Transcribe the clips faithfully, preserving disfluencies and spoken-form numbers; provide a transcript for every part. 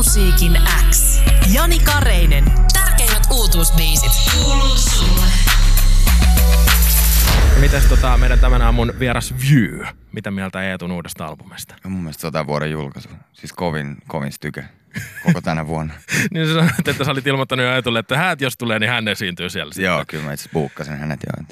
Musiikin X. Jani Kareinen. Tärkeimmät uutuusbiisit. Kuuluu sulle. Mitäs tota meidän tämän aamun vieras View? Mitä mieltä Eetun uudesta albumista? No mun mielestä se on tämän vuoden julkaisu. Siis kovin, kovin styke koko tänä vuonna. Niin sä sanoit, että sä olit ilmoittanut jo Eetulle, että häät jos tulee, niin hän esiintyy siellä. Joo, kyllä mä itse buukkasin hänet jo.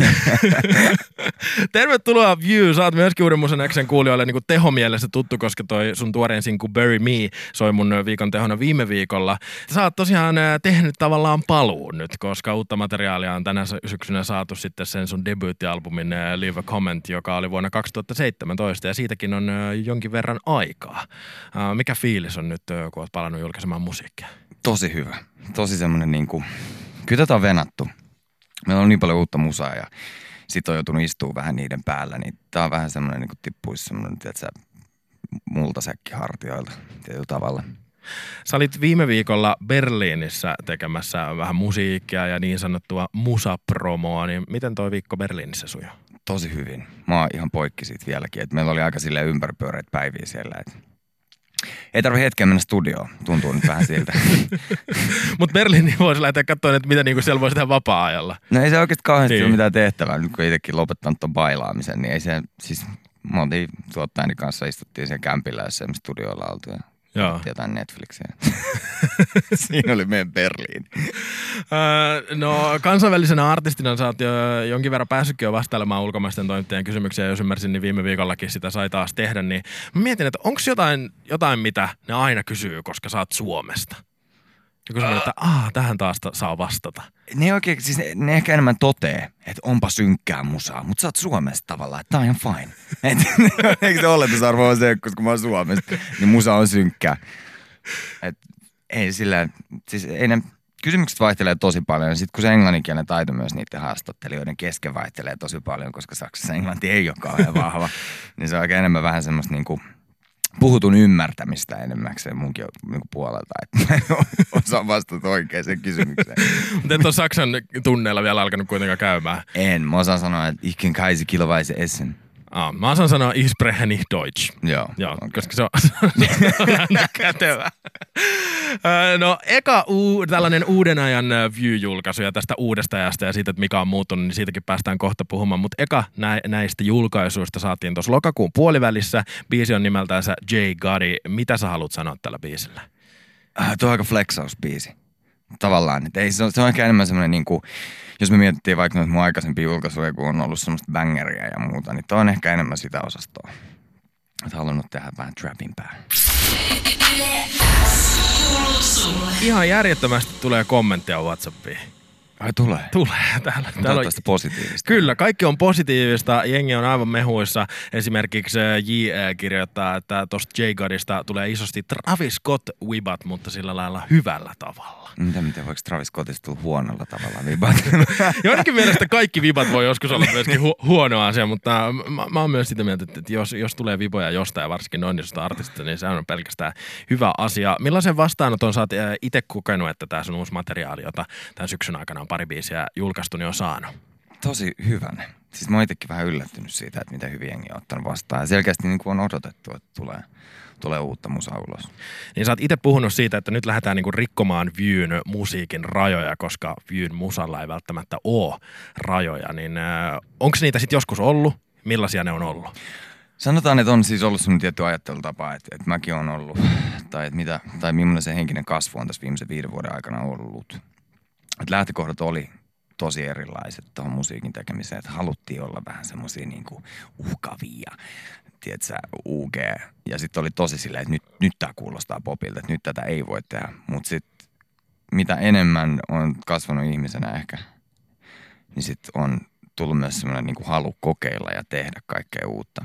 Tervetuloa View. Sä oot myöskin Uuden Musan X:n kuulijoille niin kuin tehomielessä tuttu, koska toi sun tuoreen sinku Bury Me soi mun viikon tehona viime viikolla. Sä oot tosiaan tehnyt tavallaan paluun nyt, koska uutta materiaalia on tänä syksynä saatu sitten sen sun debyyttialbumin Leave a Comment, joka oli vuonna kaksituhattaseitsemäntoista ja siitäkin on jonkin verran aikaa. Mikä fiilis on nyt, kun oot palannut julkaisemaan musiikkia? Tosi hyvä. Tosi semmonen niinku, kyllä tätä on venattu. Meillä on niin paljon uutta musaa ja sit on joutunut istua vähän niiden päällä, niin tää on vähän semmonen niinku tippuisi semmonen, tiedätkö, multasäkki hartioilta tietyllä tavalla. Sä olit viime viikolla Berliinissä tekemässä vähän musiikkia ja niin sanottua musapromoa, niin miten toi viikko Berliinissä sujuu? Tosi hyvin. Mä oon ihan poikki siitä vieläkin, että meillä oli aika silleen ympäripyöreitä päiviä siellä, että ei tarvitse hetken mennä studioon, tuntuu nyt vähän siltä. Mutta Berliiniin voisi lähteä katsomaan, että mitä niinku siellä voisi tehdä vapaa-ajalla. No ei se oikeasti kauheasti niin ole mitään tehtävää. Nyt kun itsekin lopettanut ton bailaamisen, niin ei se, siis me oltiin tuottajani kanssa, istuttiin siellä kämpillä, jossa emme studioilla oltu ja Joo. jotain Netflixiä. Siinä oli meidän Berliini. Öö, no kansainvälisenä artistina sä oot jo jonkin verran päässytkin jo vastailemaan ulkomaisten toimittajien kysymyksiä, jos ymmärsin, niin viime viikollakin sitä sai taas tehdä. Niin mä mietin, että onko jotain, jotain, mitä ne aina kysyy, koska sä oot Suomesta? Joku sanoo, että aah, tähän taas saa vastata. Ne oikein, siis ne, ne ehkä enemmän totee, että onpa synkkää musaa, mutta sä oot Suomesta tavallaan, että tää on ihan fine. Et, eikö se oletusarvo ole se, koska mä oon Suomesta, niin musa on synkkää. Et, ei sillä, siis ei ne, kysymykset vaihtelee tosi paljon. Sitten kun se englanninkielinen taito myös niiden haastattelijoiden kesken vaihtelee tosi paljon, koska Saksassa englanti ei ole kauhean vahva, niin se on oikein enemmän vähän semmoista niinku puhutun ymmärtämistä enemmäkseen munkin niinku puolelta, että mä en osaa vastata oikein sen kysymykseen. Mutta et ole Saksan tunneilla vielä alkanut kuitenkaan käymään. En, mä osaan sanoa, että ich kann keine kiloweise essen. Ah, mä osaan sanoa ich spreche nicht Deutsch. Joo. Joo, okay. Koska se on, se on aina kätevä. No eka uu, tällainen uuden ajan View-julkaisu ja tästä uudesta ajasta ja siitä, että mikä on muuttunut, niin siitäkin päästään kohta puhumaan. Mutta eka nä, näistä julkaisuista saatiin tuossa lokakuun puolivälissä. Biisi on nimeltänsä J. Gotti. Mitä sä haluat sanoa tällä biisillä? Äh, tuo on aika flexausbiisi. Tavallaan. Että ei, se, on, se on ehkä enemmän semmoinen niinku, jos me mietittiin vaikka noita mun aikaisempia julkaisuja, kun on ollut semmoista bangeria ja muuta, niin tuo on ehkä enemmän sitä osastoa. Että halunnut tehdä vähän trapimpää. Ihan järjettömästi tulee kommentteja WhatsAppiin. Ai tulee? Tulee. Täällä, täällä on positiivista. Kyllä, kaikki on positiivista. Jengi on aivan mehuissa. Esimerkiksi J kirjoittaa, että tosta J. Gottista tulee isosti Travis Scott-vibat, mutta sillä lailla hyvällä tavalla. Mitä, miten voiko Travis Scottista tulla huonolla tavalla vibat? Joidenkin mielestä kaikki vibat voi joskus olla myöskin hu- huono asia, mutta mä, mä oon myös sitä mieltä, että jos, jos tulee viboja jostain, varsinkin noin isosta artistista, niin se on pelkästään hyvä asia. Millaisen vastaanoton sä oot itse kokenut, että tää sun uusi materiaali, jota tämän syksyn aikana on pari biisiä julkaistu, niin on saanut? Tosi hyvän. Siis mä oon itsekin vähän yllättynyt siitä, että miten hyvin jengi on ottanut vastaan. Ja selkeästi niin kuin on odotettu, että tulee, tulee uutta musaa ulos. Niin sä oot itse puhunut siitä, että nyt lähdetään niin kuin rikkomaan Viewn musiikin rajoja, koska Viewn musalla ei välttämättä ole rajoja. Niin äh, onko niitä sitten joskus ollut? Millaisia ne on ollut? Sanotaan, että on siis ollut semmoinen tietty ajattelutapa, että, että mäkin on ollut, tai, että mitä, tai millainen se henkinen kasvu on tässä viimeisen viiden vuoden aikana ollut. Että lähtökohdat oli tosi erilaiset tuohon musiikin tekemiseen, että haluttiin olla vähän semmoisia niinku uhkavia, tiedätkö, U G. Ja sitten oli tosi silleen, että nyt, nyt tämä kuulostaa popilta, että nyt tätä ei voi tehdä. Mutta sitten mitä enemmän on kasvanut ihmisenä ehkä, niin sitten on tullut myös semmoinen niinku halu kokeilla ja tehdä kaikkea uutta.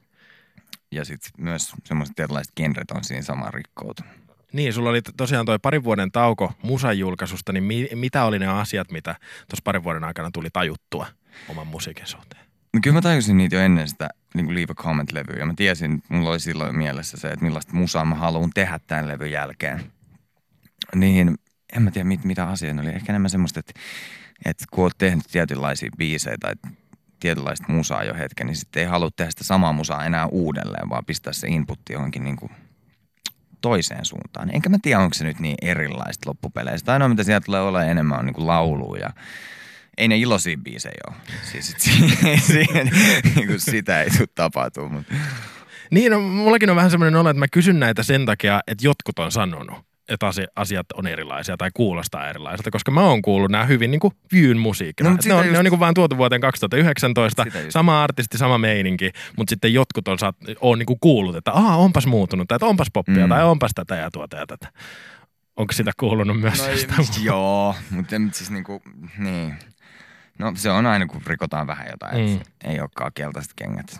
Ja sitten myös semmoiset erilaiset genret on siinä samaan rikkoutunut. Niin, sulla oli tosiaan toi parin vuoden tauko musan julkaisusta, niin mi- mitä oli ne asiat, mitä tuossa parin vuoden aikana tuli tajuttua oman musiikin suhteen? No kyllä mä tajusin niitä jo ennen sitä niin kuin Leave a Comment-levyä ja mä tiesin, mulla oli silloin mielessä se, että millaista musaa mä haluan tehdä tämän levyn jälkeen. Niin en mä tiedä mit, mitä asiaa oli. Ehkä enemmän semmoista, että, että kun oot tehnyt tietynlaisia biisejä tai tietynlaista musaa jo hetken, niin sitten ei halua tehdä sitä samaa musaa enää uudelleen, vaan pistää se inputti johonkin niin kuin toiseen suuntaan. Enkä mä tiedä, onko se nyt niin erilaista loppupeleistä. Ainoa, mitä sieltä tulee olemaan enemmän, on niinku laulu ja ei ne iloisia biisejä ole. Siis et siihen, niinku sitä ei tule tapahtua. Mutta. Niin, no, mullakin on vähän semmoinen olo, että mä kysyn näitä sen takia, että jotkut on sanonut, että asiat on erilaisia tai kuulostaa erilaiselta, koska mä oon kuullut nämä hyvin niin kuin Vyyn musiikkina. No, ne on, just... ne on niin kuin vaan tuotu vuoteen kaksituhattayhdeksäntoista, sama artisti, sama meininki, mutta sitten jotkut on, on niin kuin kuullut, että aha, onpas muutunut, tai että onpas poppia, mm. tai onpas tätä ja tuota ja tätä. Onko sitä kuulunut myös? No, sitä? Joo, mutta siis niin kuin, niin. No se on aina, kun rikotaan vähän jotain, mm. että ei olekaan keltaiset kengät.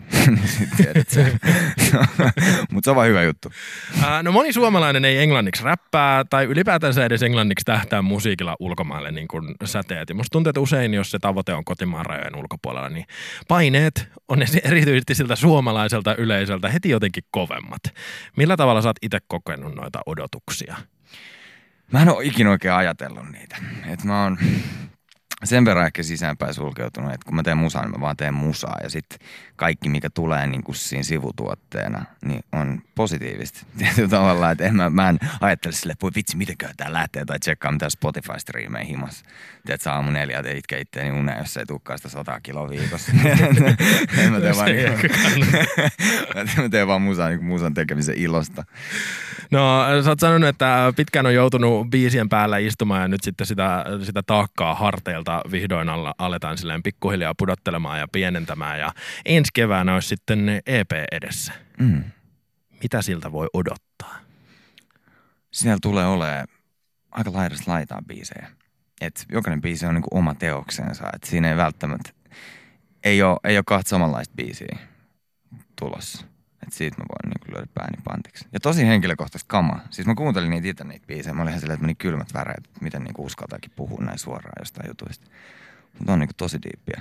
Mutta se on vaan hyvä juttu. Äh, no moni suomalainen ei englanniksi räppää tai ylipäätänsä edes englanniksi tähtää musiikilla ulkomaille niin kuin säteet. Ja musta tuntuu, että usein, jos se tavoite on kotimaan rajojen ulkopuolella, niin paineet on erityisesti siltä suomalaiselta yleisöltä heti jotenkin kovemmat. Millä tavalla sä oot itse kokenut noita odotuksia? Mä en ole ikinä oikein ajatellut niitä. Että mä oon sen verran ehkä sisäänpäin sulkeutunut, että kun mä teen musaa, niin mä vaan teen musaa. Ja sitten kaikki, mikä tulee niin kuin siinä sivutuotteena, niin on positiivista. Tietyllä tavalla, että en mä, mä en ajattele silleen, että voi vitsi, mitenköhän tää lähtee, tai tsekkaa mitään Spotify-striimejä himas. Tiedätkö, aamu neljä ja itke itteeni uneen, jos ei tulekaan sitä sata kiloa viikossa. en mä teen vaan, niin, mä teen vaan musaa niin kuin musan tekemisen ilosta. No, sä oot sanonut, että pitkään on joutunut biisien päällä istumaan ja nyt sitten sitä, sitä taakkaa harteilta vihdoin alla, aletaan silleen pikkuhiljaa pudottelemaan ja pienentämään ja ensi keväänä olisi sitten E P edessä. Mm. Mitä siltä voi odottaa? Siellä tulee olemaan aika laidasta laitaa biisejä. Et jokainen biisi on niinku oma teoksensa. Et siinä ei välttämättä, ei ole, ei ole kahta samanlaista biisiä tulossa. Että siitä mä voin niinku lyödä pääni pantiksi. Ja tosi henkilökohtaista kamaa. Siis mä kuuntelin niitä itse niitä biisejä. Mä olin ihan silleen, että meni kylmät väreet, että miten niinku uskaltaakin puhua näin suoraan jostain jutuista. Mutta on niinku tosi diippiä.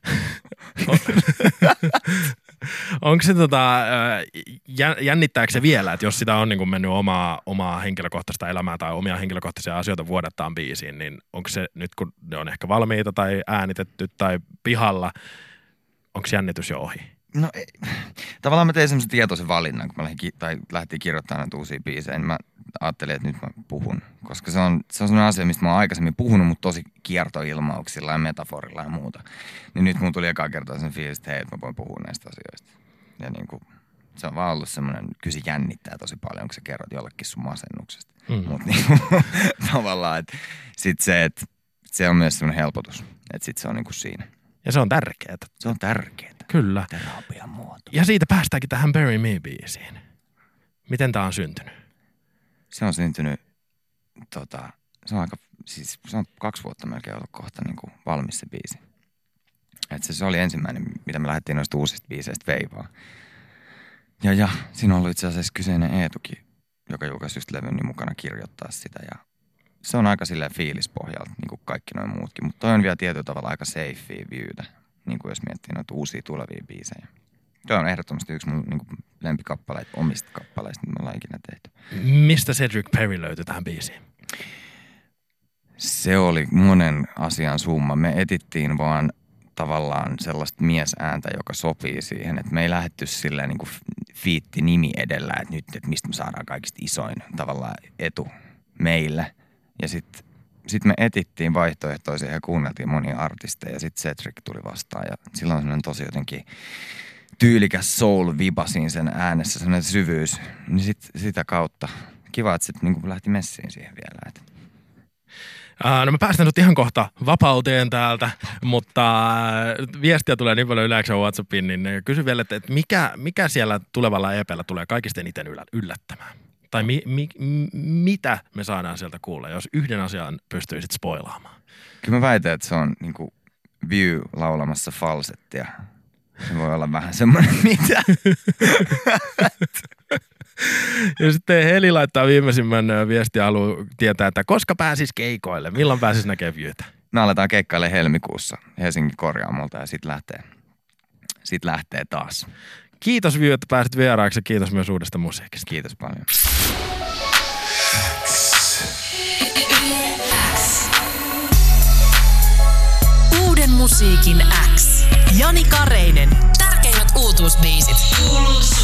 Onko se tota, jännittääkö se vielä, että jos sitä on niinku mennyt omaa, omaa henkilökohtaista elämää tai omia henkilökohtaisia asioita vuodettaan biisiin, niin onko se nyt kun ne on ehkä valmiita tai äänitetty tai pihalla, onko jännitys jo ohi? No ei. Tavallaan mä tein semmoisen tietoisen valinnan, kun mä lähdin, tai lähtiin kirjoittamaan näitä uusia biisejä, niin mä ajattelin, että nyt mä puhun. Koska se on, se on semmoinen asia, mistä mä oon aikaisemmin puhunut, mutta tosi kiertoilmauksilla ja metaforilla ja muuta. Niin nyt mun tuli ekaa kertaa sen fiilis, että hei, että mä voin puhua näistä asioista. Ja niin kuin, se on vaan ollut semmoinen, kyllä se jännittää tosi paljon, kun sä kerrot jollekin sun masennuksesta. Mm. Mutta niin kuin, tavallaan, että sit se, että se on myös semmoinen helpotus, että sit se on niin kuin siinä. Ja se on tärkeää. Se on tärkeää. Kyllä. Terapian muoto. Ja siitä päästäänkin tähän Bury Me-biisiin. Miten tää on syntynyt? Se on syntynyt, tota, se on aika, siis se on kaksi vuotta melkein ollut kohta niin kuin valmis se biisi. Et se, se oli ensimmäinen, mitä me lähdettiin noista uusista biiseistä veivaa. Ja, ja siinä on ollut itse asiassa kyseinen Eetukin, joka julkaisi just levyn, niin mukana kirjoittaa sitä. Ja se on aika silleen fiilispohjalta, niin kuin kaikki noin muutkin. Mutta toi on vielä tietyllä tavalla aika safea viewtä, niin kuin jos miettii noita uusia tulevia biisejä. Tuo on ehdottomasti yksi mun niin kuin lempikappaleita, omista kappaleista, mitä me ollaan ikinä tehty. Mistä Cedric Perry löytyi tähän biisiin? Se oli monen asian summa. Me etittiin vaan tavallaan sellaista miesääntä, joka sopii siihen. Että me ei lähdetty silleen niin kuin fiitti nimi edellä, että nyt, että mistä me saadaan kaikista isoin tavallaan etu meille. Ja sitten sit me etittiin vaihtoehtoisia ja kuunneltiin monia artisteja ja sitten Cedric tuli vastaan. Ja silloin on sellainen tosi jotenkin tyylikäs soul-viba siinä sen äänessä, sellainen syvyys. Niin sit, sitä kautta kiva, että sitten niin lähti messiin siihen vielä. Että. Uh, no mä päästän nyt ihan kohta vapauteen täältä, mutta uh, viestiä tulee niin paljon Yle X:n WhatsAppiin, niin kysy vielä, että, että mikä, mikä siellä tulevalla E P:llä tulee kaikista eniten yllättämään? Tai mi, mi, mi, mitä me saadaan sieltä kuulla, jos yhden asian pystyisit spoilaamaan? Kyllä mä väitän, että se on niin kuin View laulamassa falsettia. Se voi olla vähän semmoinen, mitä? Ja sitten Heli laittaa viimeisimmän viestiä, haluaa tietää, että koska pääsis keikoille, milloin pääsis näkemään Viewtä? Me aletaan keikkaille helmikuussa Helsingin korjaamolta ja sitten lähtee, sit lähtee taas. Kiitos View, että pääsit vieraaksi ja kiitos myös uudesta musiikista. Kiitos paljon. Uuden musiikin X. Jani Kareinen. Tärkeimmät uutuusbiisit.